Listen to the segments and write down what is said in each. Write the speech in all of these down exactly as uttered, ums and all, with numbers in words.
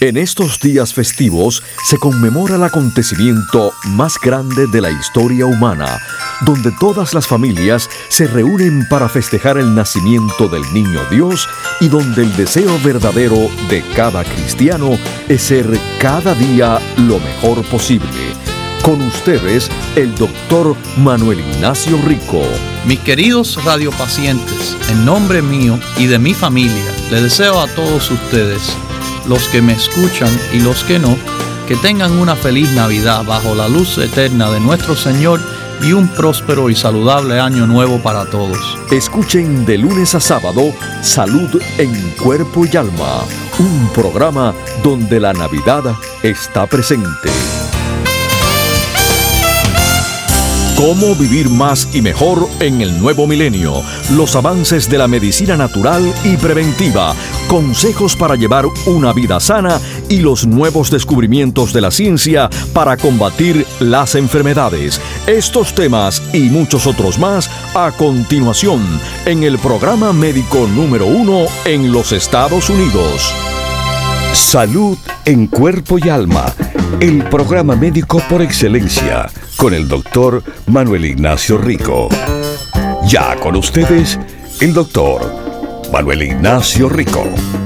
En estos días festivos se conmemora el acontecimiento más grande de la historia humana, donde todas las familias se reúnen para festejar el nacimiento del niño Dios y donde el deseo verdadero de cada cristiano es ser cada día lo mejor posible. Con ustedes, el doctor Manuel Ignacio Rico. Mis queridos radiopacientes, en nombre mío y de mi familia, les deseo a todos ustedes, los que me escuchan y los que no, que tengan una feliz Navidad bajo la luz eterna de nuestro Señor y un próspero y saludable año nuevo para todos. Escuchen de lunes a sábado Salud en Cuerpo y Alma, un programa donde la Navidad está presente. Cómo vivir más y mejor en el nuevo milenio. Los avances de la medicina natural y preventiva. Consejos para llevar una vida sana y los nuevos descubrimientos de la ciencia para combatir las enfermedades. Estos temas y muchos otros más a continuación en el programa médico número uno en los Estados Unidos. Salud en Cuerpo y Alma, el programa médico por excelencia, con el doctor Manuel Ignacio Rico. Ya con ustedes, el doctor Manuel Ignacio Rico.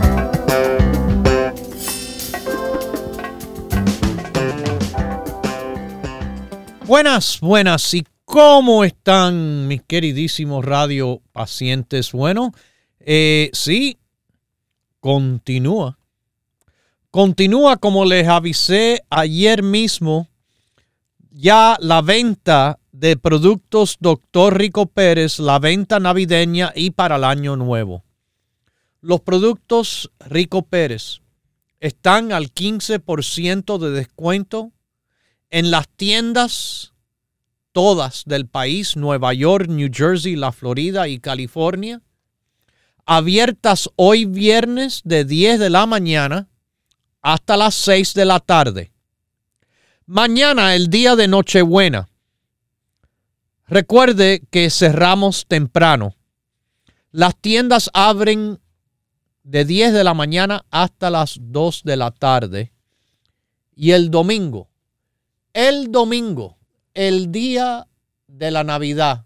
Buenas, buenas, ¿y cómo están mis queridísimos radio pacientes? Bueno, eh, sí, continúa. Continúa, como les avisé ayer mismo, ya la venta de productos doctor Rico Pérez, la venta navideña y para el año nuevo. Los productos Rico Pérez están al quince por ciento de descuento en las tiendas todas del país, Nueva York, New Jersey, la Florida y California, abiertas hoy viernes de diez de la mañana hasta las seis de la tarde. Mañana, el día de Nochebuena. Recuerde que cerramos temprano. Las tiendas abren de diez de la mañana hasta las dos de la tarde. Y el domingo, el domingo, el día de la Navidad,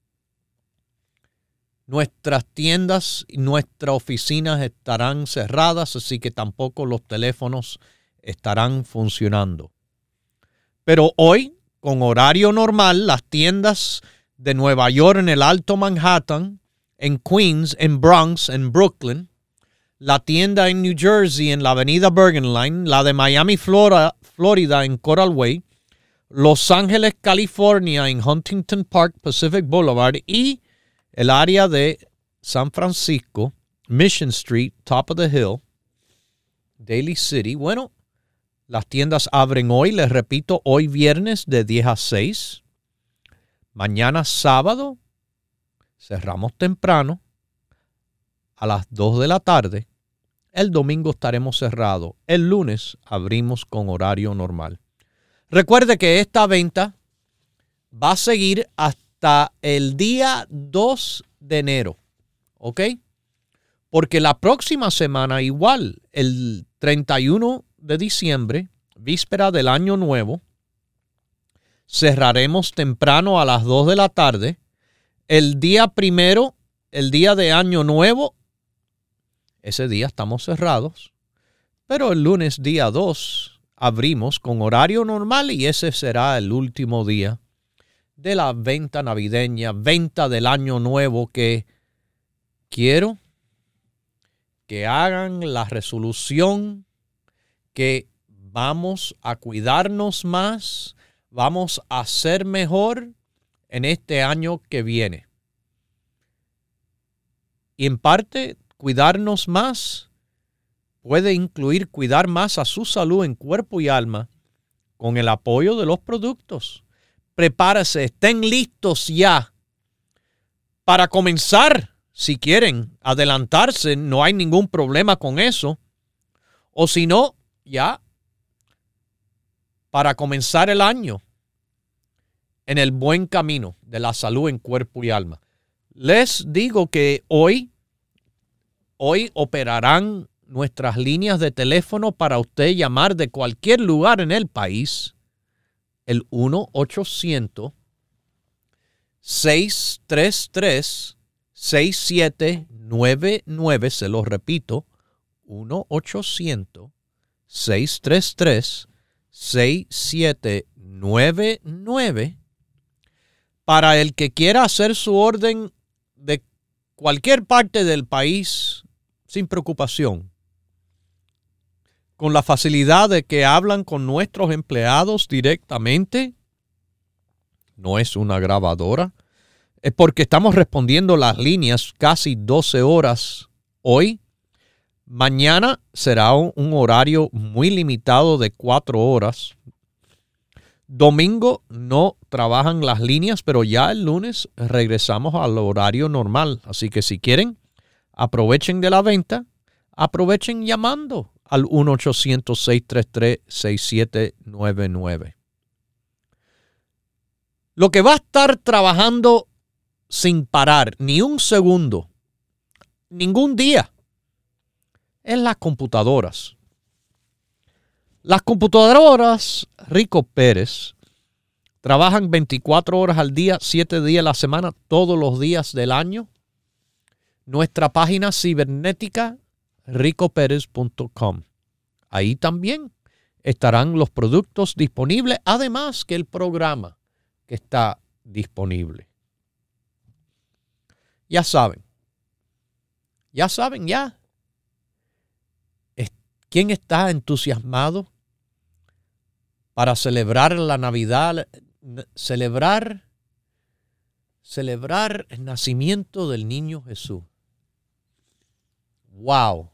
nuestras tiendas y nuestras oficinas estarán cerradas, así que tampoco los teléfonos estarán funcionando. Pero hoy, con horario normal, las tiendas de Nueva York en el Alto Manhattan, en Queens, en Bronx, en Brooklyn, la tienda en New Jersey en la avenida Bergen Line, la de Miami, Florida, Florida en Coral Way, Los Ángeles, California en Huntington Park, Pacific Boulevard y el área de San Francisco, Mission Street, Top of the Hill, Daly City. Bueno, las tiendas abren hoy, les repito, hoy viernes de diez a seis. Mañana sábado cerramos temprano a las dos de la tarde. El domingo estaremos cerrados. El lunes abrimos con horario normal. Recuerde que esta venta va a seguir hasta el día dos de enero, ¿ok? Porque la próxima semana igual, el treinta y uno de diciembre, víspera del año nuevo, cerraremos temprano a las dos de la tarde. El día primero, el día de año nuevo, ese día estamos cerrados, pero el lunes día dos abrimos con horario normal y ese será el último día de la venta navideña, venta del año nuevo, que quiero que hagan la resolución que vamos a cuidarnos más, vamos a ser mejor en este año que viene. Y en parte, cuidarnos más puede incluir cuidar más a su salud en cuerpo y alma con el apoyo de los productos. Prepárese, estén listos ya para comenzar. Si quieren adelantarse, no hay ningún problema con eso. O si no, ya para comenzar el año en el buen camino de la salud en cuerpo y alma. Les digo que hoy, hoy operarán nuestras líneas de teléfono para usted llamar de cualquier lugar en el país. El uno ochocientos, seis tres tres, seis siete nueve nueve. Se lo repito. uno ochocientos, seis tres tres, seis siete nueve nueve. Para el que quiera hacer su orden de cualquier parte del país sin preocupación, con la facilidad de que hablan con nuestros empleados directamente. No es una grabadora, es porque estamos respondiendo las líneas casi doce horas hoy. Mañana será un, un horario muy limitado de cuatro horas. Domingo no trabajan las líneas, pero ya el lunes regresamos al horario normal. Así que si quieren, aprovechen de la venta, aprovechen llamando al uno ochocientos, seis tres tres, seis siete nueve nueve. Lo que va a estar trabajando sin parar ni un segundo, ningún día, es las computadoras. Las computadoras Rico Pérez trabajan veinticuatro horas al día, siete días a la semana, todos los días del año. Nuestra página cibernética, rico pérez punto com. Ahí también estarán los productos disponibles, además que el programa que está disponible. Ya saben, ya saben ya. ¿Quién está entusiasmado para celebrar la Navidad, celebrar, celebrar el nacimiento del niño Jesús? ¡Wow!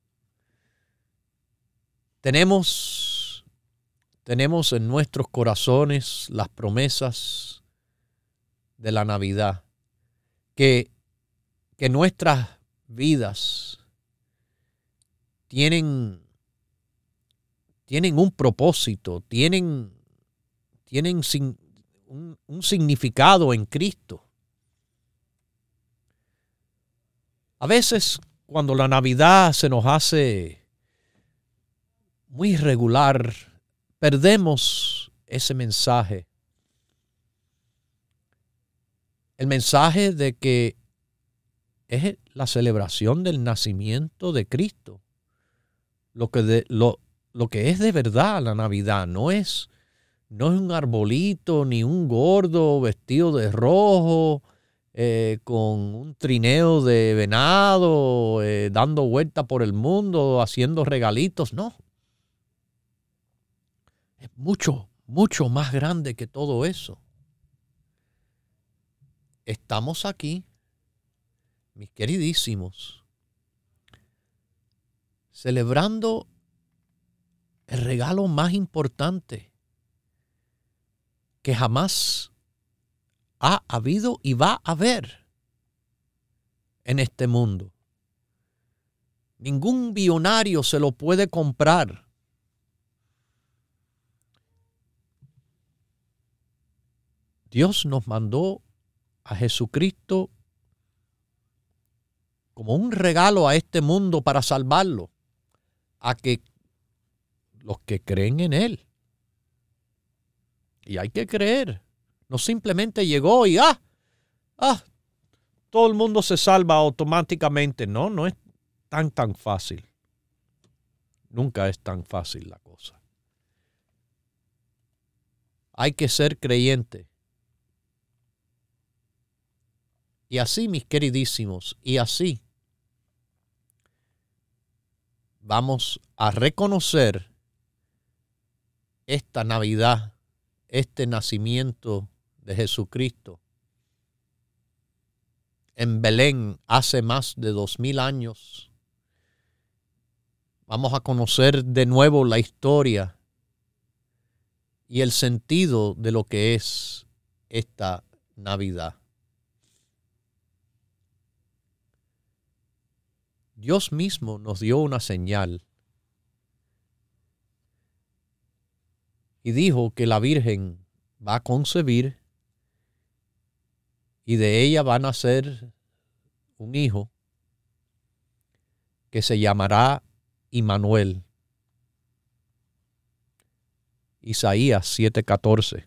Tenemos, tenemos en nuestros corazones las promesas de la Navidad, que, que nuestras vidas tienen Tienen un propósito, tienen, tienen sin, un, un significado en Cristo. A veces, cuando la Navidad se nos hace muy irregular, perdemos ese mensaje. El mensaje de que es la celebración del nacimiento de Cristo. Lo que de, lo, Lo que es de verdad la Navidad no es, no es un arbolito ni un gordo vestido de rojo eh, con un trineo de venado eh, dando vuelta por el mundo haciendo regalitos. No. Es mucho, mucho más grande que todo eso. Estamos aquí, mis queridísimos, celebrando el regalo más importante que jamás ha habido y va a haber en este mundo. Ningún billonario se lo puede comprar. Dios nos mandó a Jesucristo como un regalo a este mundo para salvarlo, a que los que creen en Él. Y hay que creer. No simplemente llegó y ah, ah, todo el mundo se salva automáticamente. No, no es tan, tan fácil. Nunca es tan fácil la cosa. Hay que ser creyente. Y así, mis queridísimos, y así vamos a reconocer esta Navidad, este nacimiento de Jesucristo en Belén hace más de dos mil años. Vamos a conocer de nuevo la historia y el sentido de lo que es esta Navidad. Dios mismo nos dio una señal y dijo que la Virgen va a concebir y de ella va a nacer un hijo que se llamará Immanuel. Isaías siete catorce.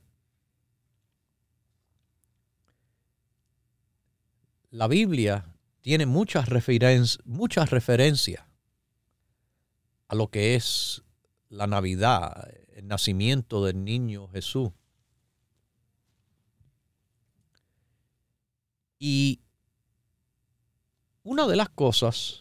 La Biblia tiene muchas referen- muchas referencias a lo que es la Navidad, el nacimiento del niño Jesús. Y una de las cosas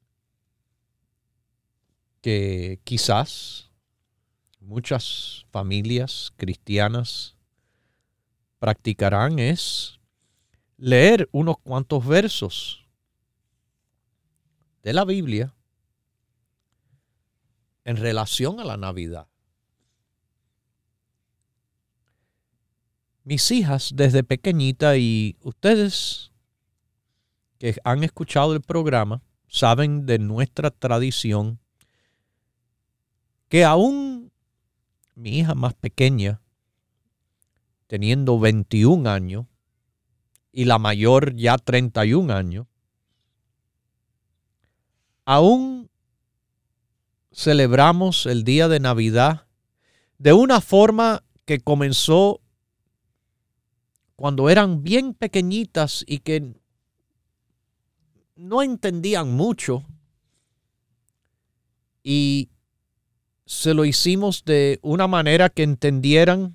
que quizás muchas familias cristianas practicarán es leer unos cuantos versos de la Biblia en relación a la Navidad. Mis hijas desde pequeñita, y ustedes que han escuchado el programa saben de nuestra tradición, que aún mi hija más pequeña, teniendo veintiún años, y la mayor ya treinta y un años, aún celebramos el día de Navidad de una forma que comenzó cuando eran bien pequeñitas y que no entendían mucho, y se lo hicimos de una manera que entendieran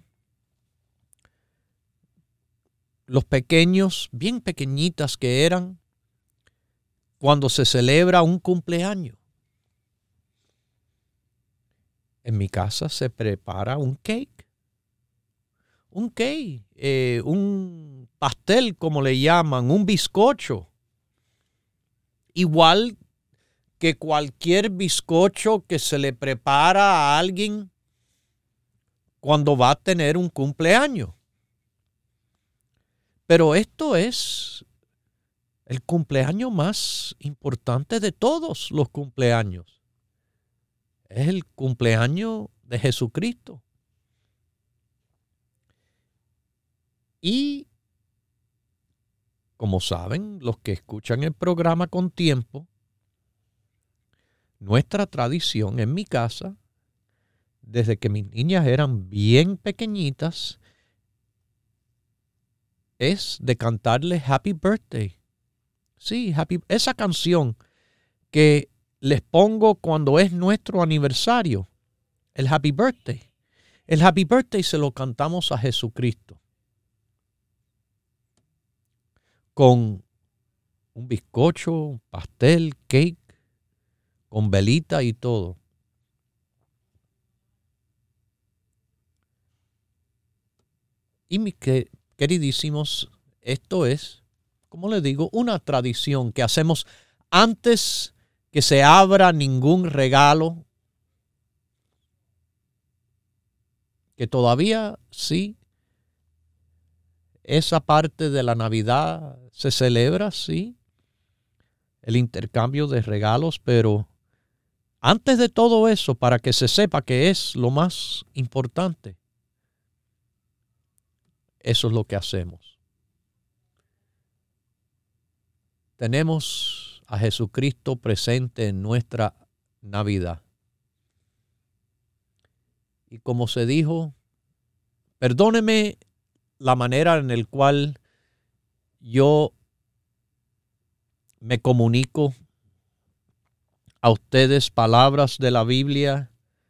los pequeños, bien pequeñitas que eran, cuando se celebra un cumpleaños. En mi casa se prepara un cake, un cake, eh, un pastel como le llaman, un bizcocho. Igual que cualquier bizcocho que se le prepara a alguien cuando va a tener un cumpleaños. Pero esto es el cumpleaños más importante de todos los cumpleaños. Es el cumpleaños de Jesucristo. Y, como saben, los que escuchan el programa con tiempo, nuestra tradición en mi casa, desde que mis niñas eran bien pequeñitas, es de cantarle Happy Birthday. Sí, happy, esa canción que les pongo cuando es nuestro aniversario, el Happy Birthday. El Happy Birthday se lo cantamos a Jesucristo con un bizcocho, un pastel, cake, con velita y todo. Y mis queridísimos, esto es, como les digo, una tradición que hacemos antes que se abra ningún regalo, que todavía sí, esa parte de la Navidad se celebra, sí, el intercambio de regalos, pero antes de todo eso, para que se sepa que es lo más importante, eso es lo que hacemos. Tenemos a Jesucristo presente en nuestra Navidad. Y como se dijo, perdóneme la manera en la cual yo me comunico a ustedes palabras de la Biblia,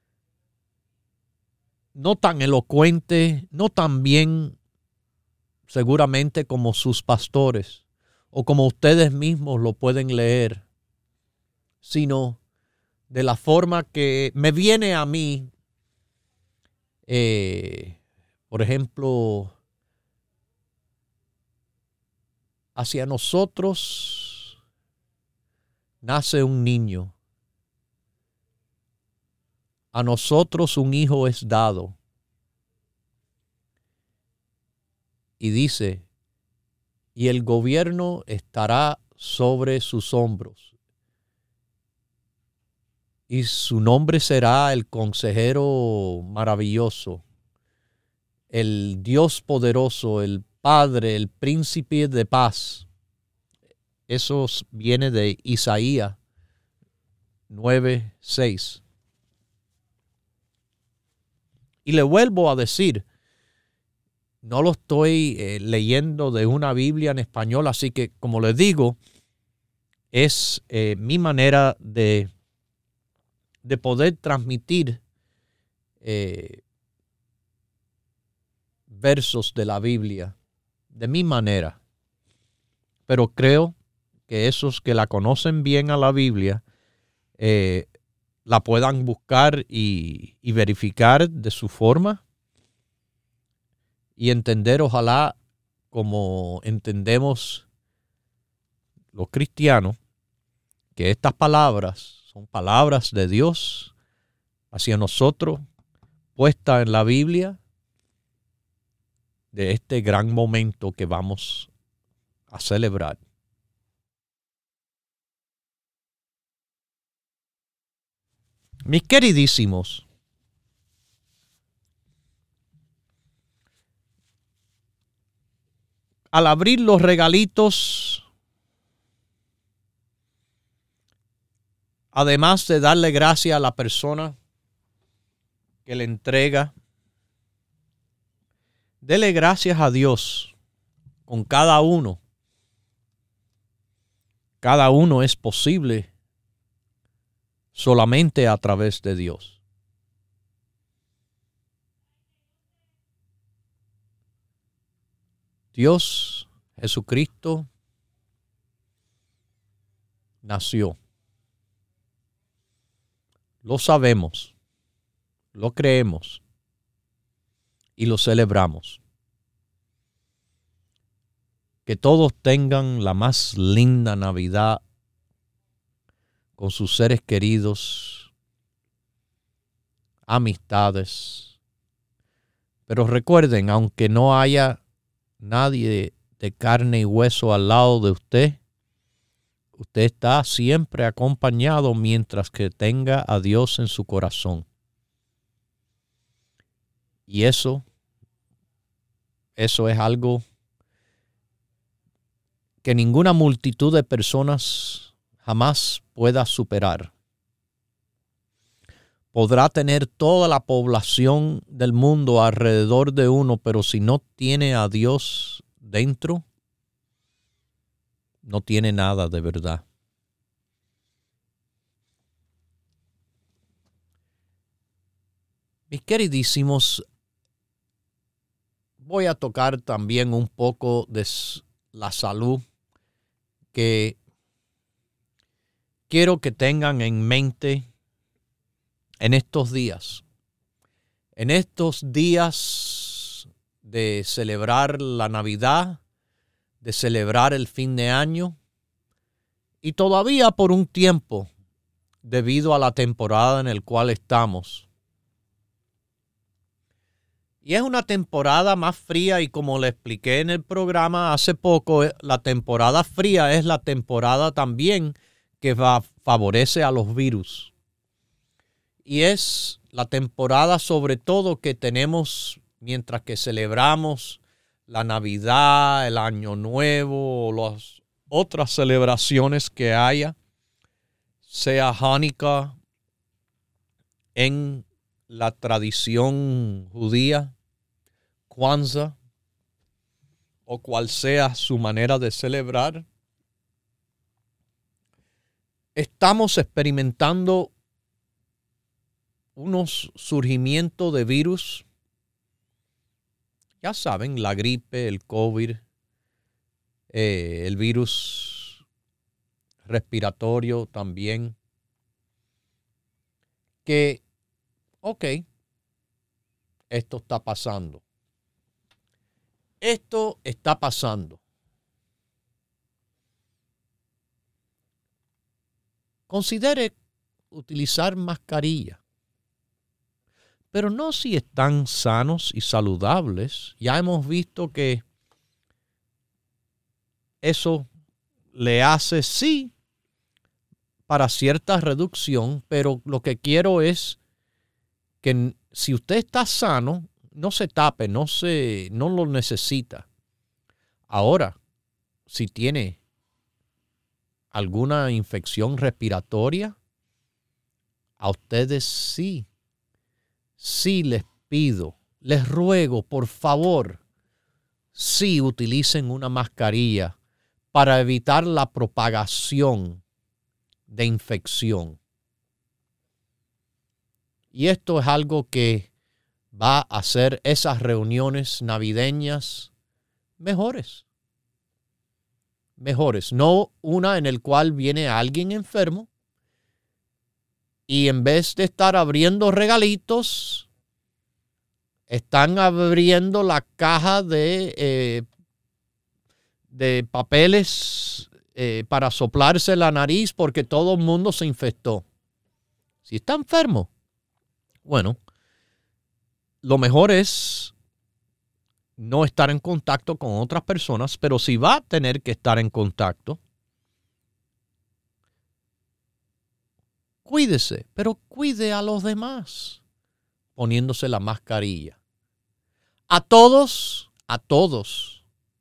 no tan elocuente, no tan bien seguramente como sus pastores o como ustedes mismos lo pueden leer, sino de la forma que me viene a mí, eh, por ejemplo, hacia nosotros nace un niño, a nosotros un hijo es dado. Y dice, y el gobierno estará sobre sus hombros. Y su nombre será el Consejero Maravilloso, el Dios Poderoso, el Padre, el Príncipe de Paz. Eso viene de Isaías nueve seis. Y le vuelvo a decir, no lo estoy eh, leyendo de una Biblia en español, así que, como les digo, es eh, mi manera de, de poder transmitir eh, versos de la Biblia de mi manera. Pero creo que esos que la conocen bien a la Biblia eh, la puedan buscar y, y verificar de su forma y entender, ojalá, como entendemos los cristianos, que estas palabras son palabras de Dios hacia nosotros, puestas en la Biblia, de este gran momento que vamos a celebrar. Mis queridísimos, al abrir los regalitos, además de darle gracias a la persona que le entrega, dele gracias a Dios con cada uno. Cada uno es posible solamente a través de Dios. Dios, Jesucristo, nació. Lo sabemos, lo creemos y lo celebramos. Que todos tengan la más linda Navidad con sus seres queridos, amistades. Pero recuerden, aunque no haya nadie de carne y hueso al lado de usted, usted está siempre acompañado mientras que tenga a Dios en su corazón. Y eso, eso es algo que ninguna multitud de personas jamás pueda superar. Podrá tener toda la población del mundo alrededor de uno, pero si no tiene a Dios dentro, no tiene nada de verdad. Mis queridísimos, voy a tocar también un poco de la salud, que quiero que tengan en mente en estos días. En estos días de celebrar la Navidad, de celebrar el fin de año, y todavía por un tiempo, debido a la temporada en la cual estamos. Y es una temporada más fría, y como le expliqué en el programa hace poco, la temporada fría es la temporada también que va, favorece a los virus. Y es la temporada sobre todo que tenemos mientras que celebramos la Navidad, el Año Nuevo, o las otras celebraciones que haya, sea Hanukkah en la tradición judía, Kwanzaa, o cual sea su manera de celebrar. Estamos experimentando unos surgimientos de virus. Ya saben, la gripe, el COVID, eh, el virus respiratorio también. Que, ok, esto está pasando. Esto está pasando. Considere utilizar mascarilla, pero no si están sanos y saludables. Ya hemos visto que eso le hace sí para cierta reducción, pero lo que quiero es que si usted está sano, no se tape, no se, no lo necesita. Ahora, si tiene alguna infección respiratoria, a ustedes sí, sí les pido, les ruego, por favor, sí utilicen una mascarilla para evitar la propagación de infección. Y esto es algo que va a hacer esas reuniones navideñas mejores. Mejores. No una en el cual viene alguien enfermo y en vez de estar abriendo regalitos, están abriendo la caja de, eh, de papeles eh, para soplarse la nariz porque todo el mundo se infectó. Si está enfermo, bueno, lo mejor es no estar en contacto con otras personas, pero si va a tener que estar en contacto, cuídese, pero cuide a los demás poniéndose la mascarilla. A todos, a todos,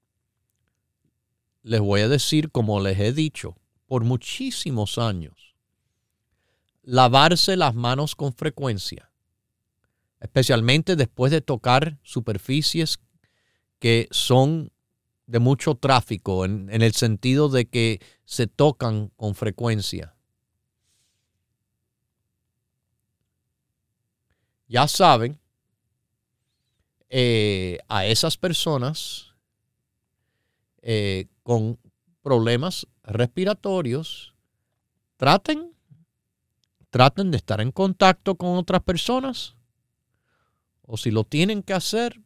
les voy a decir, como les he dicho por muchísimos años, lavarse las manos con frecuencia, especialmente después de tocar superficies que son de mucho tráfico, en, en el sentido de que se tocan con frecuencia. Ya saben, eh, a esas personas eh, con problemas respiratorios, traten, traten de estar en contacto con otras personas. O si lo tienen que hacer,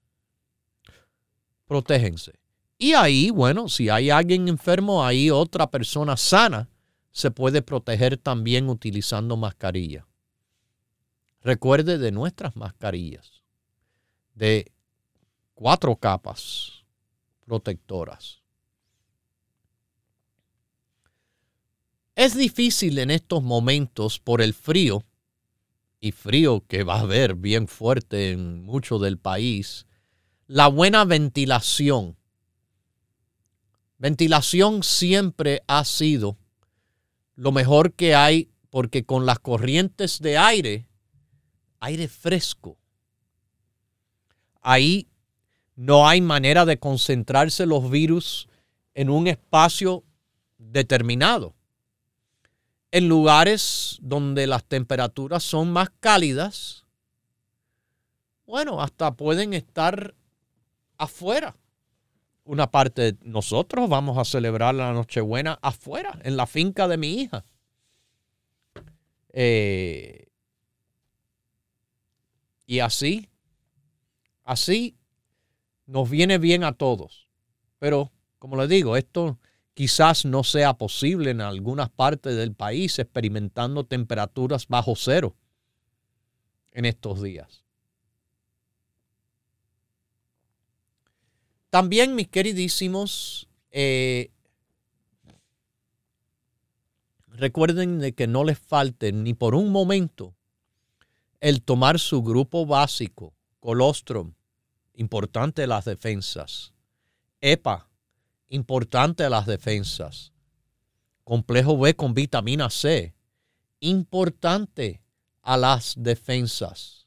protéjense. Y ahí, bueno, si hay alguien enfermo, ahí otra persona sana se puede proteger también utilizando mascarilla. Recuerde de nuestras mascarillas, de cuatro capas protectoras. Es difícil en estos momentos por el frío, y frío que va a haber bien fuerte en mucho del país, la buena ventilación. Ventilación siempre ha sido lo mejor que hay porque con las corrientes de aire, aire fresco, ahí no hay manera de concentrarse los virus en un espacio determinado. En lugares donde las temperaturas son más cálidas, bueno, hasta pueden estar afuera. Una parte de nosotros vamos a celebrar la Nochebuena afuera, en la finca de mi hija. Eh, y así, así nos viene bien a todos. Pero, como les digo, esto quizás no sea posible en algunas partes del país experimentando temperaturas bajo cero en estos días. También, mis queridísimos, eh, recuerden de que no les falte ni por un momento el tomar su grupo básico, colostrum, importante las defensas, E P A, importante las defensas, complejo B con vitamina C, importante a las defensas.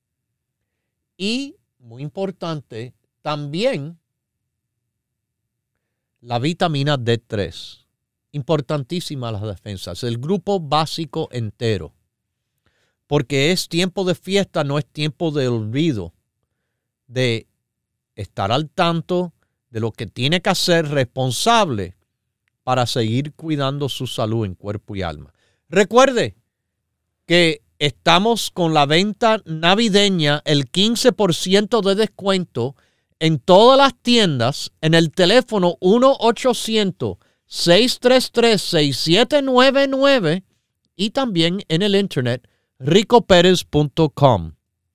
Y, muy importante, también la vitamina D tres, importantísima las defensas, el grupo básico entero, porque es tiempo de fiesta, no es tiempo de olvido, de estar al tanto de lo que tiene que hacer responsable para seguir cuidando su salud en cuerpo y alma. Recuerde que estamos con la venta navideña, el quince por ciento de descuento en todas las tiendas, en el teléfono uno ochocientos, seis tres tres, seis siete nueve nueve y también en el internet rico perez punto com.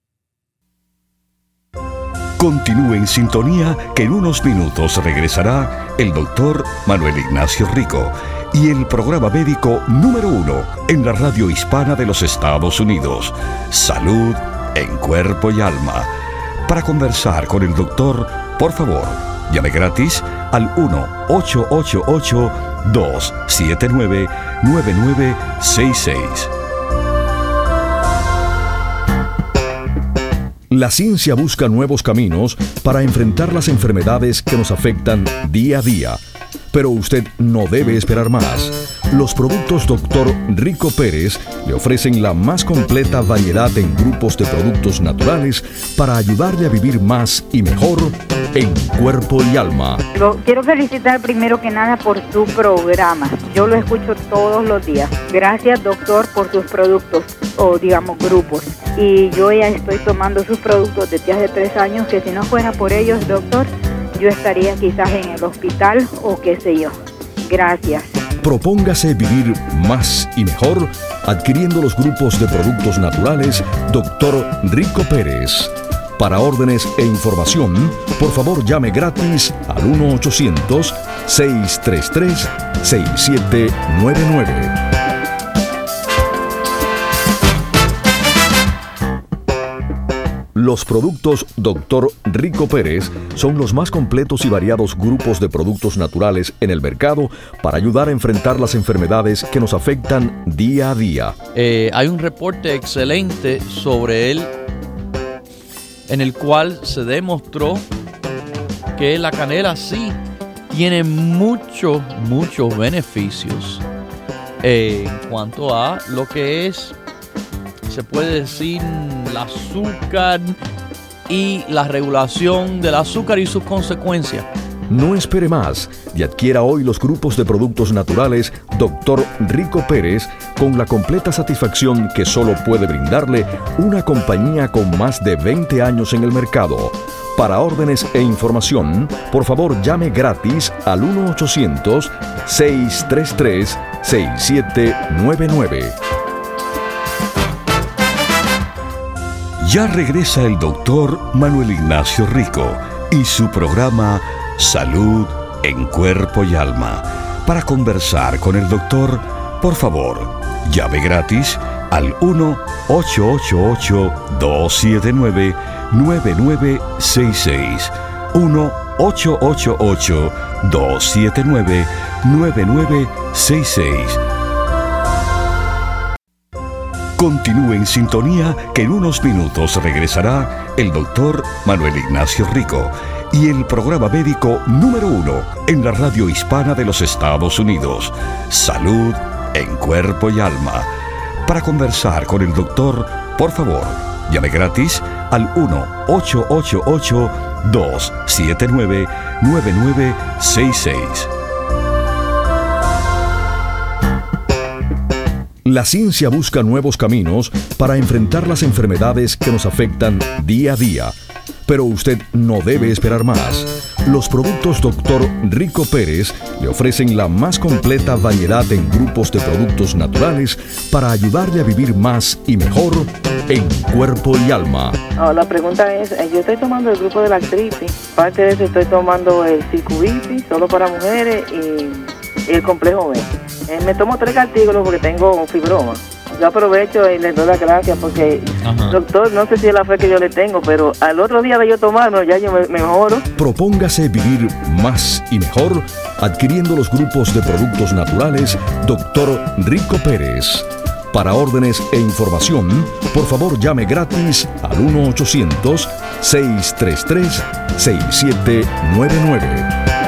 Continúe en sintonía que en unos minutos regresará el doctor Manuel Ignacio Rico y el programa médico número uno en la radio hispana de los Estados Unidos, Salud en Cuerpo y Alma. Para conversar con el doctor, por favor, llame gratis al uno ocho ocho ocho, dos siete nueve, nueve nueve seis seis. La ciencia busca nuevos caminos para enfrentar las enfermedades que nos afectan día a día. Pero usted no debe esperar más. Los productos doctor Rico Pérez le ofrecen la más completa variedad en grupos de productos naturales para ayudarle a vivir más y mejor en cuerpo y alma. Lo quiero felicitar primero que nada por su programa. Yo lo escucho todos los días. Gracias, doctor, por sus productos o digamos grupos. Y yo ya estoy tomando sus productos desde hace tres años que si no fuera por ellos, doctor, yo estaría quizás en el hospital o qué sé yo. Gracias. Propóngase vivir más y mejor adquiriendo los grupos de productos naturales doctor Rico Pérez. Para órdenes e información, por favor llame gratis al uno ochocientos, seiscientos treinta y tres, sesenta y siete noventa y nueve. Los productos doctor Rico Pérez son los más completos y variados grupos de productos naturales en el mercado para ayudar a enfrentar las enfermedades que nos afectan día a día. Eh, hay un reporte excelente sobre él en el cual se demostró que la canela sí tiene muchos, muchos beneficios eh, en cuanto a lo que es, se puede decir, el azúcar y la regulación del azúcar y sus consecuencias. No espere más y adquiera hoy los grupos de productos naturales doctor Rico Pérez con la completa satisfacción que solo puede brindarle una compañía con más de veinte años en el mercado. Para órdenes e información, por favor llame gratis al uno ochocientos, seiscientos treinta y tres, sesenta y siete noventa y nueve. Ya regresa el doctor Manuel Ignacio Rico y su programa Salud en Cuerpo y Alma. Para conversar con el doctor, por favor, llame gratis al uno ocho ocho ocho, dos siete nueve, nueve nueve seis seis. uno ocho ocho ocho, dos siete nueve, nueve nueve seis seis. Continúe en sintonía que en unos minutos regresará el doctor Manuel Ignacio Rico y el programa médico número uno en la radio hispana de los Estados Unidos, Salud en Cuerpo y Alma. Para conversar con el doctor, por favor, llame gratis al uno ocho ocho ocho, dos siete nueve, nueve nueve seis seis. La ciencia busca nuevos caminos para enfrentar las enfermedades que nos afectan día a día. Pero usted no debe esperar más. Los productos doctor Rico Pérez le ofrecen la más completa variedad en grupos de productos naturales para ayudarle a vivir más y mejor en cuerpo y alma. Oh, la pregunta es, yo estoy tomando el grupo de la artritis. Parte de eso estoy tomando el Circuvitis, solo para mujeres, y, y el complejo B. Eh, me tomo tres artículos porque tengo un fibroma. Yo aprovecho y les doy las gracias porque, Ajá. doctor, no sé si es la fe que yo le tengo, pero al otro día de yo tomarlo ya yo me, me mejoro. Propóngase vivir más y mejor adquiriendo los grupos de productos naturales doctor Rico Pérez. Para órdenes e información, por favor llame gratis al uno ochocientos, seiscientos treinta y tres, sesenta y siete noventa y nueve.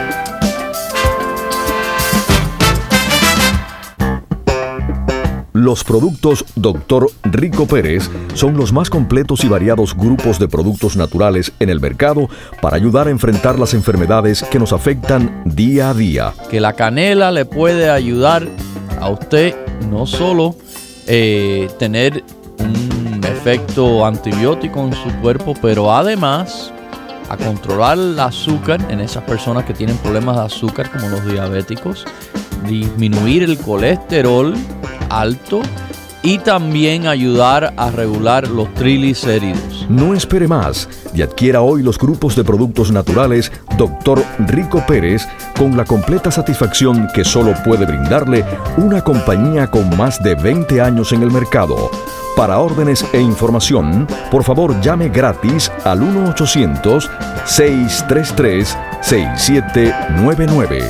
Los productos doctor Rico Pérez son los más completos y variados grupos de productos naturales en el mercado para ayudar a enfrentar las enfermedades que nos afectan día a día. Que la canela le puede ayudar a usted no solo eh, tener un efecto antibiótico en su cuerpo, pero además a controlar el azúcar en esas personas que tienen problemas de azúcar como los diabéticos, disminuir el colesterol alto y también ayudar a regular los triglicéridos. No espere más y adquiera hoy los grupos de productos naturales doctor Rico Pérez con la completa satisfacción que solo puede brindarle una compañía con más de veinte años en el mercado. Para órdenes e información, por favor llame gratis al uno ochocientos, seiscientos treinta y tres, sesenta y siete noventa y nueve.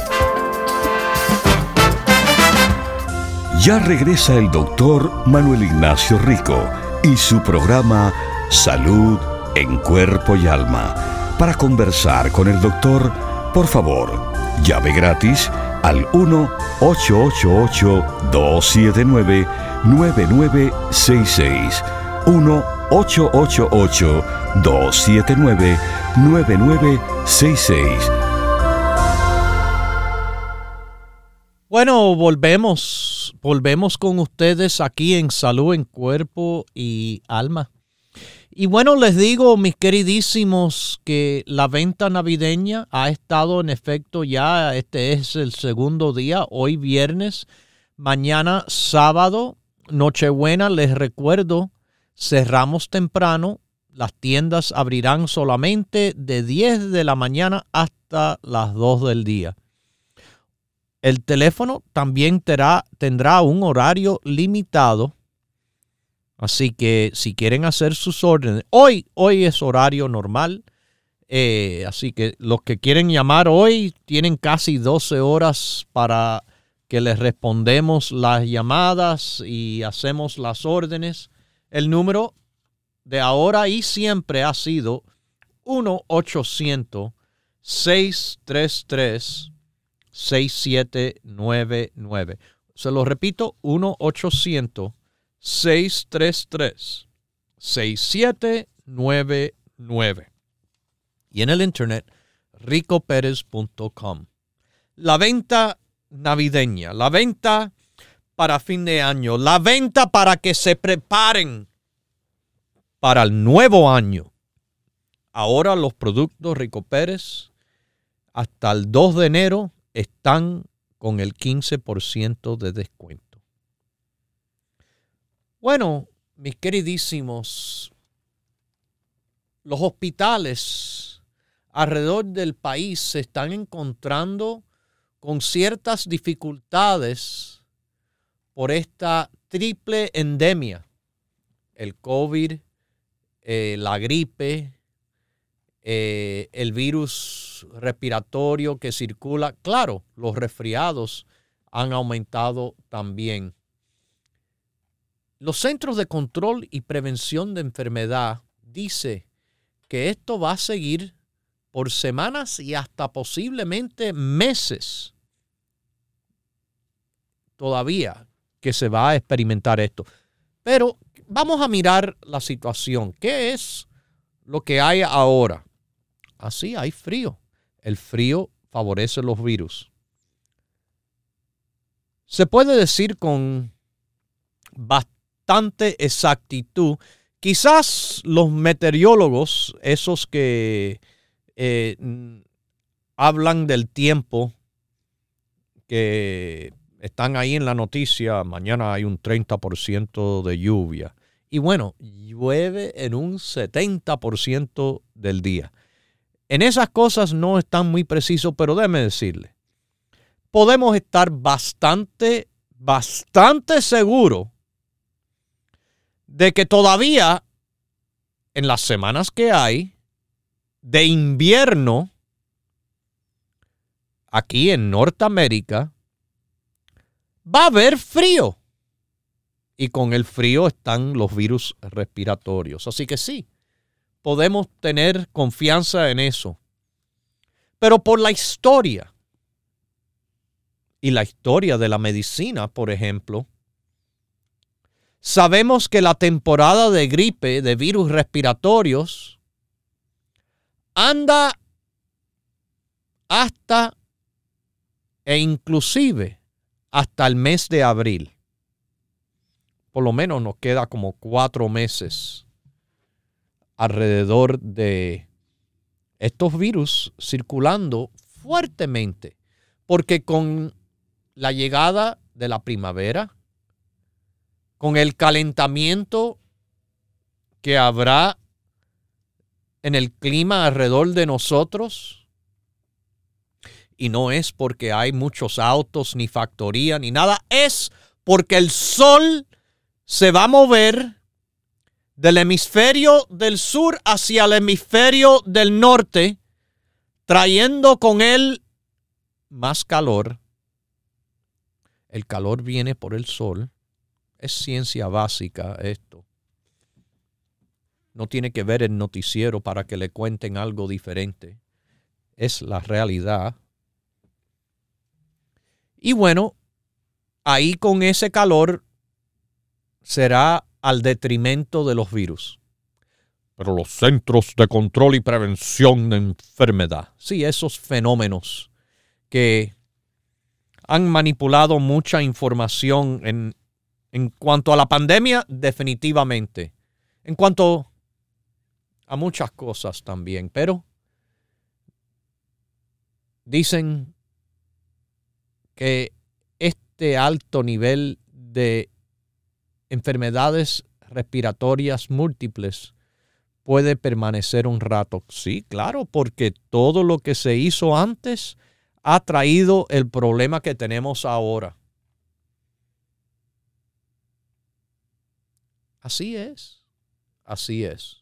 Ya regresa el doctor Manuel Ignacio Rico y su programa Salud en Cuerpo y Alma. Para conversar con el doctor, por favor, llame gratis al uno ocho ocho ocho, dos siete nueve, nueve nueve seis seis. uno ocho ocho ocho, dos siete nueve, nueve nueve seis seis. Bueno, volvemos, volvemos con ustedes aquí en Salud en Cuerpo y Alma. Y bueno, les digo, mis queridísimos, que la venta navideña ha estado en efecto ya. Este es el segundo día, hoy viernes, mañana sábado, Nochebuena. Les recuerdo, cerramos temprano. Las tiendas abrirán solamente de diez de la mañana hasta las dos del día. El teléfono también tendrá, tendrá un horario limitado. Así que si quieren hacer sus órdenes, hoy, hoy es horario normal. Eh, así que los que quieren llamar hoy tienen casi doce horas para que les respondemos las llamadas y hacemos las órdenes. El número de ahora y siempre ha sido uno ochocientos, seis tres tres, seis siete nueve nueve. Se lo repito, uno ochocientos, seis tres tres, seis siete nueve nueve. Y en el internet, rico pérez punto com. La venta navideña, la venta para fin de año, la venta para que se preparen para el nuevo año. Ahora los productos Rico Pérez hasta el dos de enero están con el quince por ciento de descuento. Bueno, mis queridísimos, los hospitales alrededor del país se están encontrando con ciertas dificultades por esta triple endemia: el COVID, eh, la gripe, eh, el virus respiratorio que circula. Claro, los resfriados han aumentado también. Los Centros de Control y Prevención de Enfermedad dice que esto va a seguir por semanas y hasta posiblemente meses todavía que se va a experimentar esto. Pero vamos a mirar la situación. ¿Qué es lo que hay ahora? Así, hay frío. El frío favorece los virus. Se puede decir con bastante bastante exactitud. Quizás los meteorólogos, esos que eh, hablan del tiempo, que están ahí en la noticia, mañana hay un treinta por ciento de lluvia. Y bueno, llueve en un setenta por ciento del día. En esas cosas no están muy precisos, pero déjeme decirle, podemos estar bastante, bastante seguros de que todavía en las semanas que hay de invierno aquí en Norteamérica va a haber frío. Y con el frío están los virus respiratorios. Así que sí, podemos tener confianza en eso. Pero por la historia y la historia de la medicina, por ejemplo, sabemos que la temporada de gripe, de virus respiratorios, anda hasta e inclusive hasta el mes de abril. Por lo menos nos queda como cuatro meses alrededor de estos virus circulando fuertemente, porque con la llegada de la primavera, con el calentamiento que habrá en el clima alrededor de nosotros, y no es porque hay muchos autos, ni factoría, ni nada, es porque el sol se va a mover del hemisferio del sur hacia el hemisferio del norte, trayendo con él más calor. El calor viene por el sol. Es ciencia básica esto. No tiene que ver el noticiero para que le cuenten algo diferente. Es la realidad. Y bueno, ahí con ese calor será al detrimento de los virus. Pero los Centros de Control y Prevención de Enfermedad, sí, esos fenómenos que han manipulado mucha información en, en cuanto a la pandemia, definitivamente. En cuanto a muchas cosas también, pero dicen que este alto nivel de enfermedades respiratorias múltiples puede permanecer un rato. Sí, claro, porque todo lo que se hizo antes ha traído el problema que tenemos ahora. Así es, así es.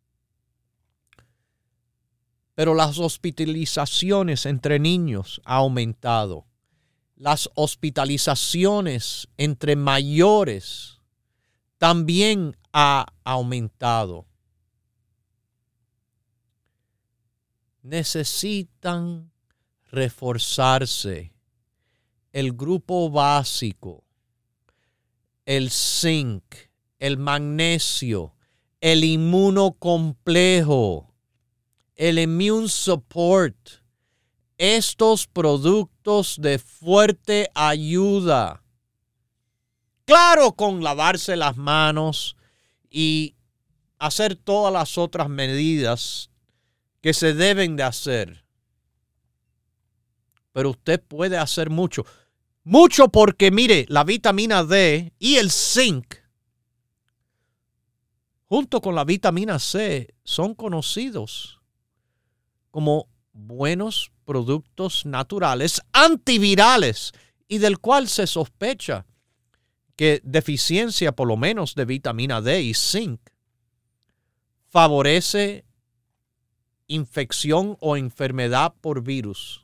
Pero las hospitalizaciones entre niños han aumentado. Las hospitalizaciones entre mayores también ha aumentado. Necesitan reforzarse el grupo básico, el zinc, el magnesio, el inmunocomplejo, el immune support. Estos productos de fuerte ayuda. Claro, con lavarse las manos y hacer todas las otras medidas que se deben de hacer. Pero usted puede hacer mucho. Mucho porque, mire, la vitamina D y el zinc, junto con la vitamina C, son conocidos como buenos productos naturales antivirales y del cual se sospecha que deficiencia por lo menos de vitamina D y zinc favorece infección o enfermedad por virus.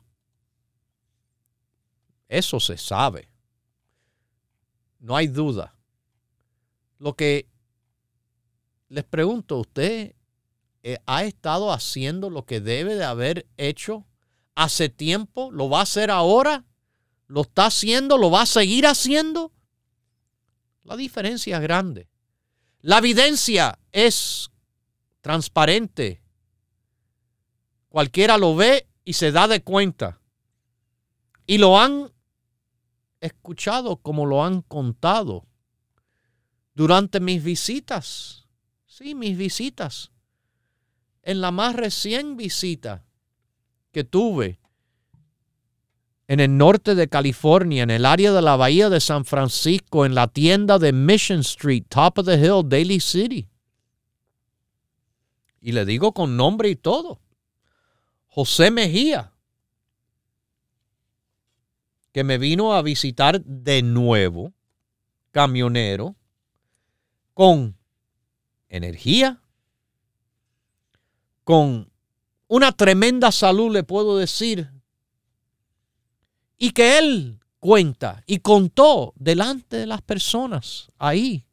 Eso se sabe. No hay duda. Lo que les pregunto, ¿usted eh, ha estado haciendo lo que debe de haber hecho hace tiempo? ¿Lo va a hacer ahora? ¿Lo está haciendo? ¿Lo va a seguir haciendo? La diferencia es grande. La evidencia es transparente. Cualquiera lo ve y se da de cuenta. Y lo han escuchado como lo han contado durante mis visitas. Sí, mis visitas. En la más recién visita que tuve en el norte de California, en el área de la Bahía de San Francisco, en la tienda de Mission Street, Top of the Hill, Daly City. Y le digo con nombre y todo. José Mejía, que me vino a visitar de nuevo, camionero, con energía, con una tremenda salud, le puedo decir, y que él cuenta y contó delante de las personas ahí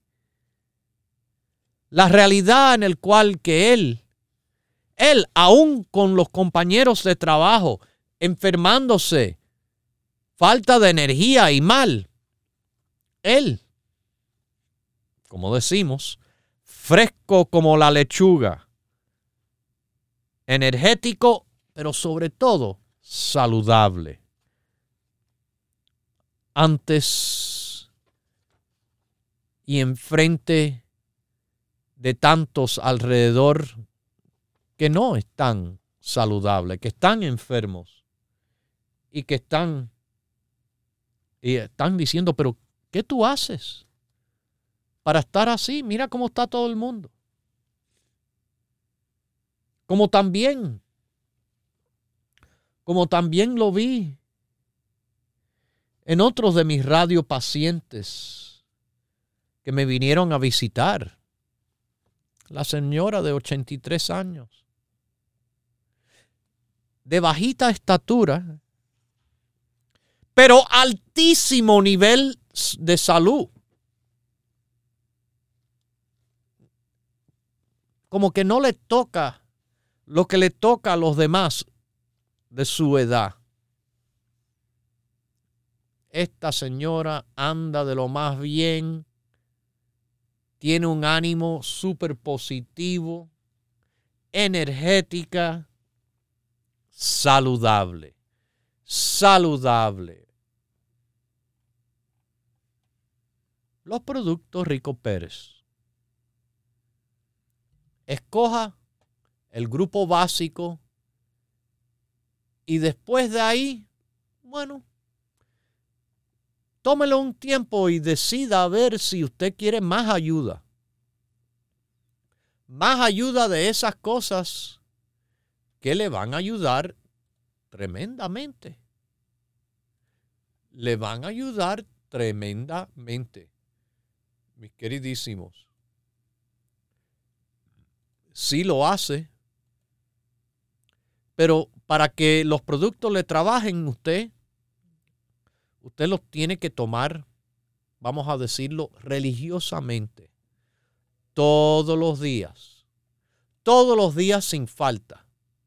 la realidad en el cual que él, él aún con los compañeros de trabajo enfermándose, falta de energía y mal, él, como decimos, fresco como la lechuga, energético, pero sobre todo saludable. Antes y enfrente de tantos alrededor que no están saludables, que están enfermos y que están, y están diciendo, pero ¿qué tú haces para estar así? Mira cómo está todo el mundo. Como también, como también lo vi en otros de mis radiopacientes que me vinieron a visitar. La señora de ochenta y tres años, de bajita estatura, pero altísimo nivel de salud. como que no le toca lo que le toca a los demás de su edad. Esta señora anda de lo más bien, tiene un ánimo súper positivo, energética, saludable, saludable. Los productos Rico Pérez. Escoja el grupo básico y después de ahí, bueno, tómelo un tiempo y decida a ver si usted quiere más ayuda. Más ayuda de esas cosas que le van a ayudar tremendamente. Le van a ayudar tremendamente, mis queridísimos. Sí lo hace, pero para que los productos le trabajen usted, usted los tiene que tomar, vamos a decirlo, religiosamente, todos los días, todos los días sin falta,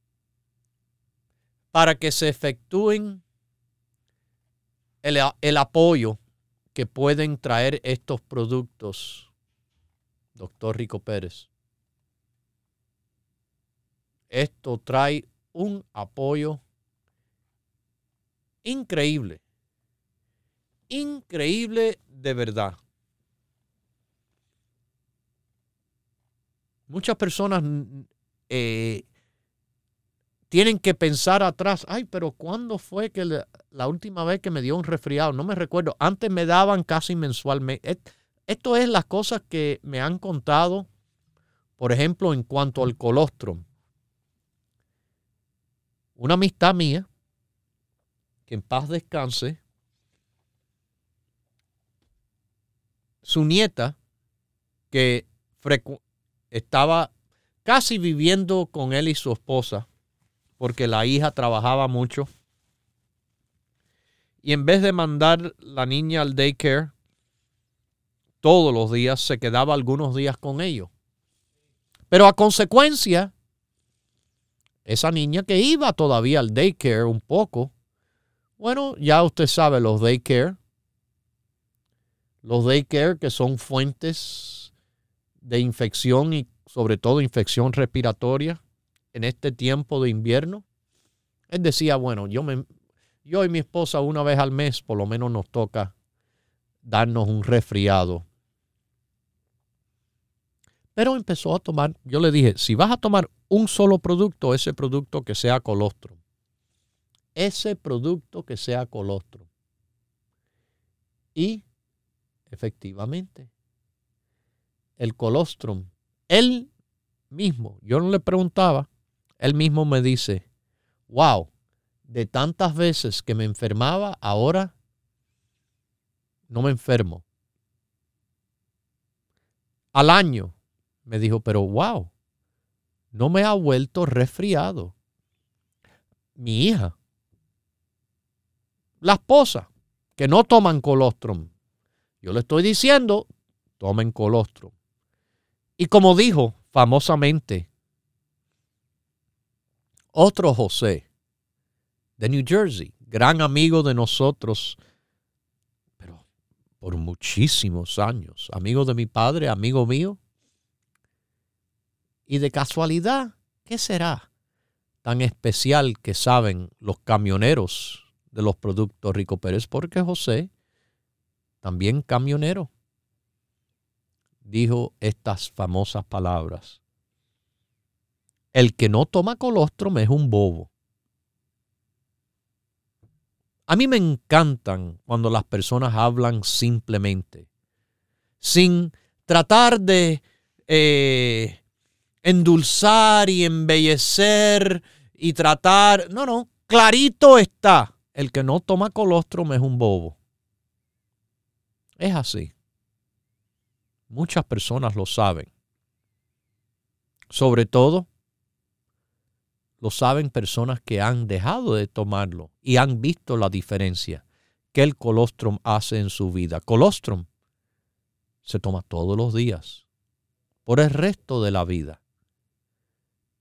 para que se efectúen el, el apoyo que pueden traer estos productos, doctor Rico Pérez. Esto trae un apoyo increíble. Increíble de verdad. Muchas personas eh, tienen que pensar atrás. Ay, pero ¿cuándo fue que le, la última vez que me dio un resfriado? No me recuerdo. Antes me daban casi mensualmente. Esto es las cosas que me han contado, por ejemplo, en cuanto al colostrum. Una amistad mía, que en paz descanse, su nieta, que frecu- estaba casi viviendo con él y su esposa, porque la hija trabajaba mucho, y en vez de mandar la niña al daycare todos los días, se quedaba algunos días con ellos. Pero a consecuencia, esa niña que iba todavía al daycare un poco, bueno, ya usted sabe, los daycare, los daycare que son fuentes de infección y sobre todo infección respiratoria en este tiempo de invierno. Él decía, bueno, yo, me, yo y mi esposa una vez al mes por lo menos nos toca darnos un resfriado. Pero empezó a tomar, yo le dije, si vas a tomar un solo producto, ese producto que sea colostrum. Ese producto que sea colostrum. Y efectivamente, el colostrum, él mismo, yo no le preguntaba, él mismo me dice, wow, de tantas veces que me enfermaba, ahora no me enfermo. Al año, me dijo, pero wow, no me ha vuelto resfriado. Mi hija, la esposa, que no toman colostrum. Yo le estoy diciendo, tomen colostrum. Y como dijo famosamente otro José de New Jersey, gran amigo de nosotros, pero por muchísimos años, amigo de mi padre, amigo mío, y de casualidad, ¿qué será tan especial que saben los camioneros de los productos Rico Pérez? Porque José, también camionero, dijo estas famosas palabras. El que no toma colostrum es un bobo. A mí me encantan cuando las personas hablan simplemente, sin tratar de eh, endulzar y embellecer y tratar. No, no, clarito está. El que no toma colostrum es un bobo. Es así. Muchas personas lo saben. Sobre todo, lo saben personas que han dejado de tomarlo y han visto la diferencia que el colostrum hace en su vida. Colostrum se toma todos los días, por el resto de la vida.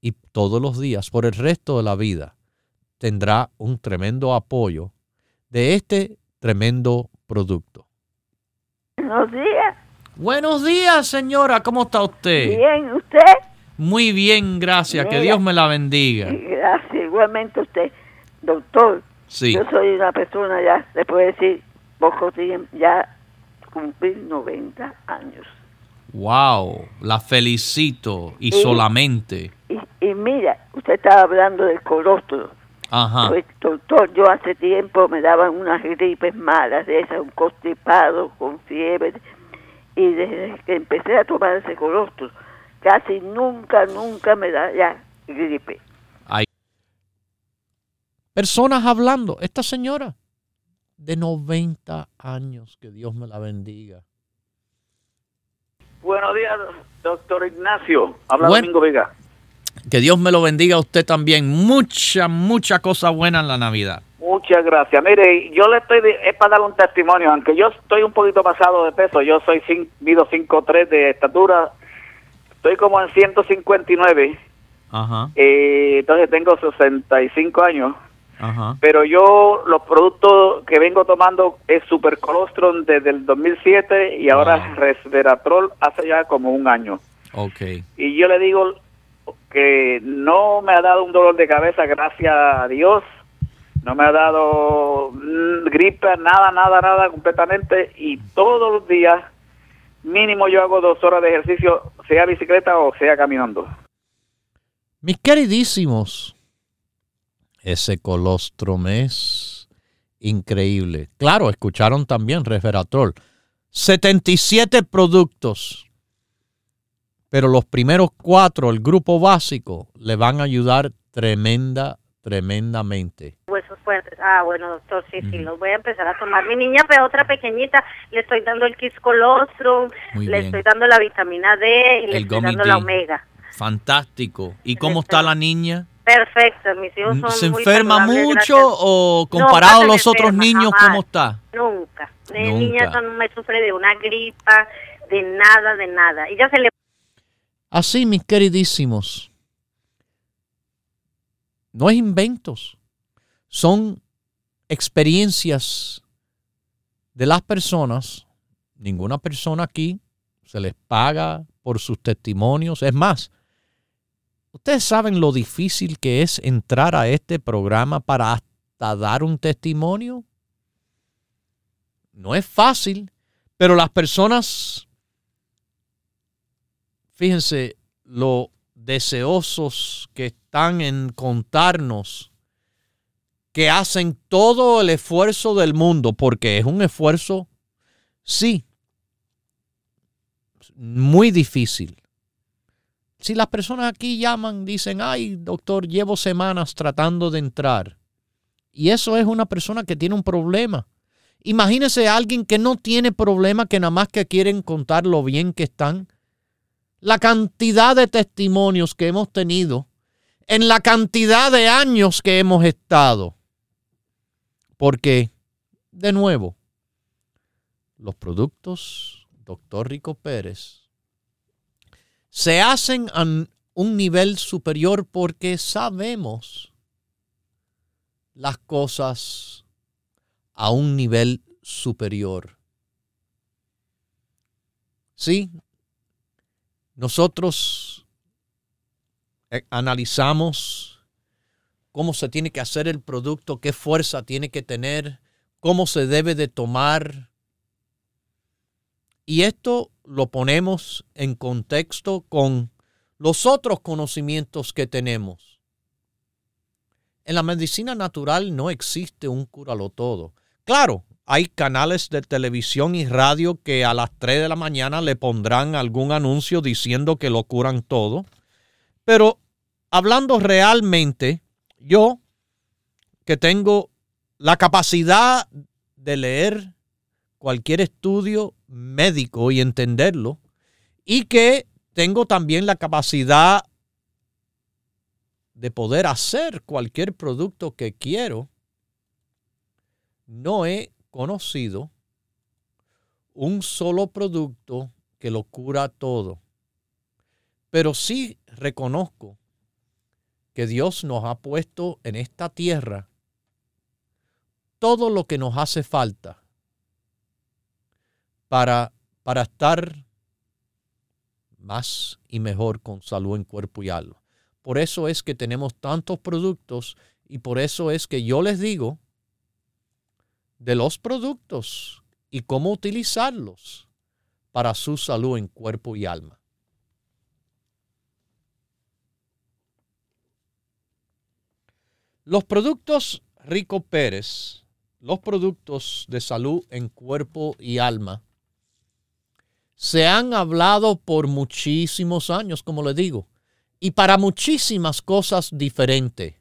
y todos los días, por el resto de la vida, tendrá un tremendo apoyo de este tremendo producto. Buenos días. Buenos días, señora. ¿Cómo está usted? Bien, ¿usted? Muy bien, gracias. Mira, que Dios me la bendiga. Gracias, igualmente usted. Doctor, Sí. yo soy una persona ya, le puedo decir, poco tiempo, ya cumplí noventa años. Wow, la felicito y Sí. solamente. Y, y mira, usted estaba hablando del colostro. Ajá. Pues, doctor, yo hace tiempo me daban unas gripes malas de esas, un constipado con fiebre. Y desde que empecé a tomar ese colostro, casi nunca, nunca me da ya gripe. Hay personas hablando. Esta señora de noventa años, que Dios me la bendiga. Buenos días, doctor Ignacio. Habla Buen- Domingo Vega. Que Dios me lo bendiga a usted también. Mucha, mucha cosa buena en la Navidad. Muchas gracias. Mire, yo le estoy, de- es para dar un testimonio, aunque yo estoy un poquito pasado de peso, yo soy cin- mido cinco tres de estatura, estoy como en ciento cincuenta y nueve, Ajá, eh, entonces tengo sesenta y cinco años, ajá. pero yo los productos que vengo tomando es Super Colostrum desde el dos mil siete y ahora Wow. Resveratrol hace ya como un año. Ok. Y yo le digo que no me ha dado un dolor de cabeza, gracias a Dios. No me ha dado mm, gripe, nada, nada, nada, completamente. Y todos los días, mínimo yo hago dos horas de ejercicio, sea bicicleta o sea caminando. Mis queridísimos, ese colostrum es increíble. Claro, escucharon también Resveratrol. setenta y siete productos. Pero los primeros cuatro, el grupo básico, le van a ayudar tremenda, tremendamente. Huesos fuertes. Ah, bueno, doctor, sí, sí, los voy a empezar a tomar. Mi niña, pero otra pequeñita, le estoy dando el Kiss Colostrum, Muy le bien. estoy dando la vitamina D y le El estoy Gummy dando la D. omega. Fantástico. ¿Y cómo está la niña? Perfecto, mis hijos son ¿Se muy enferma saludables, mucho gracias. o comparado a Nunca se los me otros enferma, niños, jamás. cómo está? Nunca. Mi Nunca. niña no me sufre de una gripa, de nada, de nada. Ella se le... Así, mis queridísimos, no es inventos, son experiencias de las personas. Ninguna persona aquí se les paga por sus testimonios. Es más, ustedes saben lo difícil que es entrar a este programa para hasta dar un testimonio. No es fácil, pero las personas, fíjense lo deseosos que están en contarnos que hacen todo el esfuerzo del mundo, porque es un esfuerzo, sí, muy difícil. Si las personas aquí llaman, dicen, ay, doctor, llevo semanas tratando de entrar. Y eso es una persona que tiene un problema. Imagínese a alguien que no tiene problema, que nada más que quieren contar lo bien que están. La cantidad de testimonios que hemos tenido en la cantidad de años que hemos estado. Porque, de nuevo, los productos doctor Rico Pérez se hacen a un nivel superior porque sabemos las cosas a un nivel superior. Sí, nosotros eh, analizamos cómo se tiene que hacer el producto, qué fuerza tiene que tener, cómo se debe de tomar. Y esto lo ponemos en contexto con los otros conocimientos que tenemos. En la medicina natural no existe un cúralo todo. Claro, hay canales de televisión y radio que a las tres de la mañana le pondrán algún anuncio diciendo que lo curan todo. Pero hablando realmente, yo que tengo la capacidad de leer cualquier estudio médico y entenderlo, y que tengo también la capacidad de poder hacer cualquier producto que quiero, no he conocido un solo producto que lo cura todo. Pero sí reconozco que Dios nos ha puesto en esta tierra todo lo que nos hace falta para, para estar más y mejor con salud en cuerpo y alma. Por eso es que tenemos tantos productos y por eso es que yo les digo de los productos y cómo utilizarlos para su salud en cuerpo y alma. Los productos Rico Pérez, los productos de salud en cuerpo y alma, se han hablado por muchísimos años, como les digo, y para muchísimas cosas diferentes.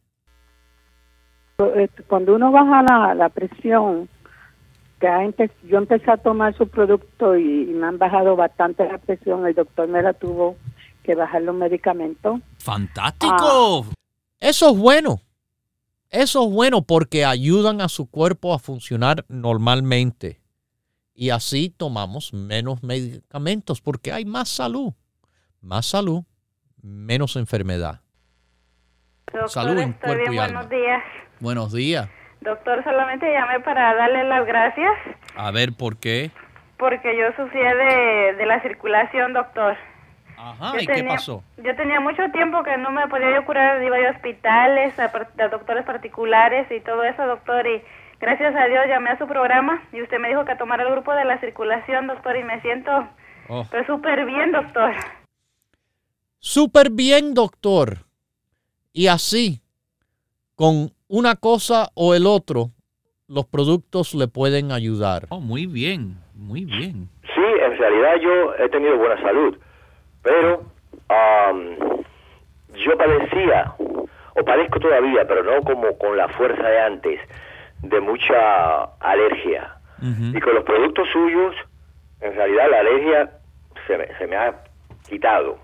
Cuando uno baja la, la presión, que empe- yo empecé a tomar su producto y, y me han bajado bastante la presión, el doctor me la tuvo que bajar los medicamentos. ¡Fantástico! Ah. Eso es bueno. Eso es bueno porque ayudan a su cuerpo a funcionar normalmente. Y así tomamos menos medicamentos porque hay más salud. Más salud, menos enfermedad. Doctor, salud en estoy cuerpo bien, y alma. buenos días. Buenos días. Doctor, solamente llamé para darle las gracias. A ver, ¿por qué? Porque yo sufría de, de la circulación, doctor. Ajá, yo ¿y tenía, qué pasó? Yo tenía mucho tiempo que no me podía yo curar, iba yo a hospitales, a, a doctores particulares y todo eso, doctor, y gracias a Dios llamé a su programa y usted me dijo que tomara el grupo de la circulación, doctor, y me siento oh. pues súper bien, doctor. Súper bien, doctor. Y así, con una cosa o el otro, los productos le pueden ayudar. Oh, muy bien, muy bien. Sí, en realidad yo he tenido buena salud, pero um, yo padecía, o padezco todavía, pero no como con la fuerza de antes, de mucha alergia. Uh-huh. Y con los productos suyos, en realidad la alergia se me, se me ha quitado.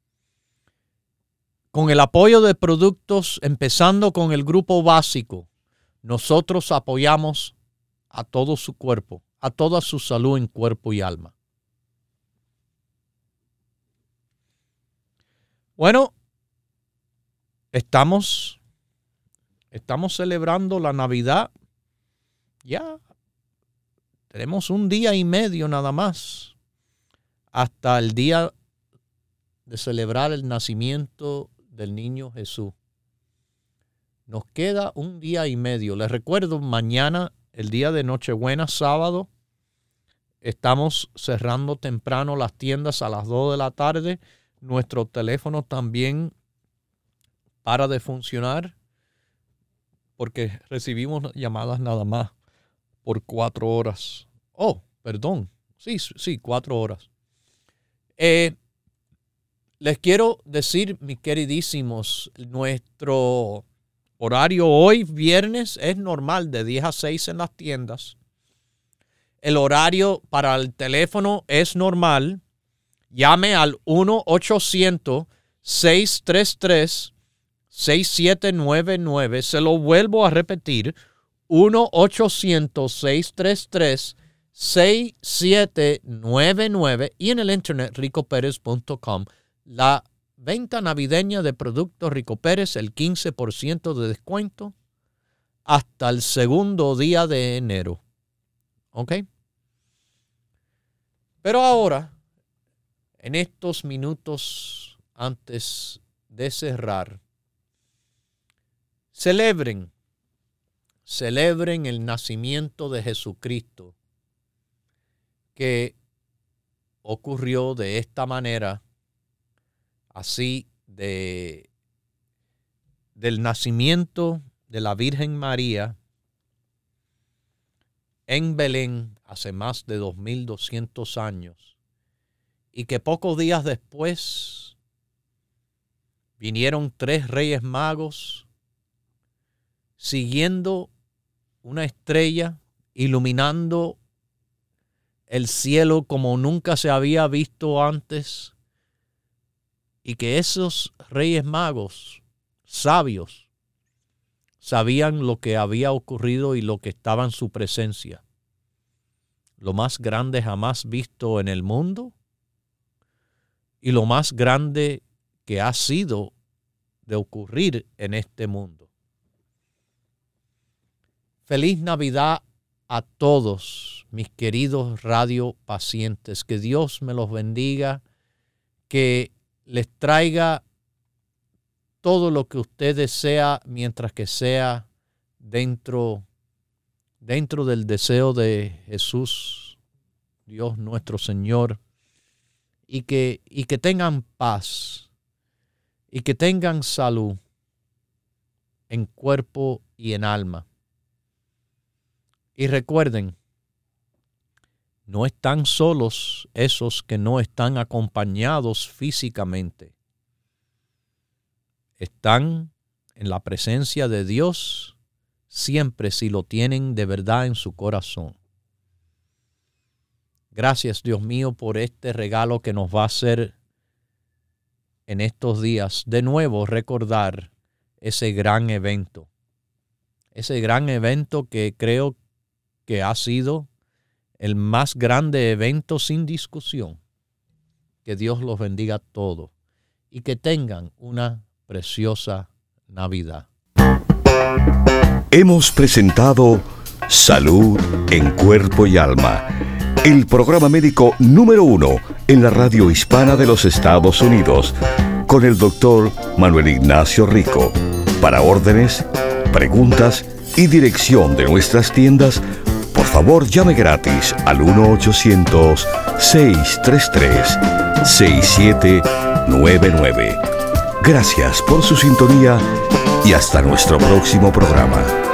Con el apoyo de productos, empezando con el grupo básico, nosotros apoyamos a todo su cuerpo, a toda su salud en cuerpo y alma. Bueno, estamos, estamos celebrando la Navidad. Ya tenemos un día y medio nada más hasta el día de celebrar el nacimiento del niño Jesús. Nos queda un día y medio. Les recuerdo, mañana, el día de Nochebuena, sábado, estamos cerrando temprano las tiendas a las dos de la tarde. Nuestro teléfono también para de funcionar porque recibimos llamadas nada más por cuatro horas. Oh, perdón. Sí, sí, cuatro horas. Eh, les quiero decir, mis queridísimos, nuestro horario hoy, viernes, es normal de diez a seis en las tiendas. El horario para el teléfono es normal. Llame al uno ochocientos, seis tres tres, seis siete nueve nueve. Se lo vuelvo a repetir. uno ochocientos, seis tres tres, seis siete nueve nueve. Y en el internet rico pérez punto com. La venta navideña de productos Rico Pérez, el quince por ciento de descuento hasta el segundo día de enero. ¿Ok? Pero ahora, en estos minutos antes de cerrar, celebren, celebren el nacimiento de Jesucristo, que ocurrió de esta manera, así de, del nacimiento de la Virgen María en Belén hace más de dos mil doscientos años, y que pocos días después vinieron tres reyes magos siguiendo una estrella, iluminando el cielo como nunca se había visto antes, y que esos reyes magos sabios sabían lo que había ocurrido y lo que estaba en su presencia. Lo más grande jamás visto en el mundo y lo más grande que ha sido de ocurrir en este mundo. Feliz Navidad a todos mis queridos radiopacientes. Que Dios me los bendiga, que les traiga todo lo que usted desea mientras que sea dentro, dentro del deseo de Jesús, Dios nuestro Señor, y que, y que tengan paz y que tengan salud en cuerpo y en alma. Y recuerden, no están solos esos que no están acompañados físicamente. Están en la presencia de Dios siempre si lo tienen de verdad en su corazón. Gracias, Dios mío, por este regalo que nos va a hacer en estos días. De nuevo, recordar ese gran evento. Ese gran evento que creo que ha sido el más grande evento sin discusión. Que Dios los bendiga a todos y que tengan una preciosa Navidad. Hemos presentado Salud en Cuerpo y Alma, el programa médico número uno en la radio hispana de los Estados Unidos, con el doctor Manuel Ignacio Rico. Para órdenes, preguntas y dirección de nuestras tiendas, por favor llame gratis al uno ochocientos, seis tres tres, seis siete nueve nueve. Gracias por su sintonía y hasta nuestro próximo programa.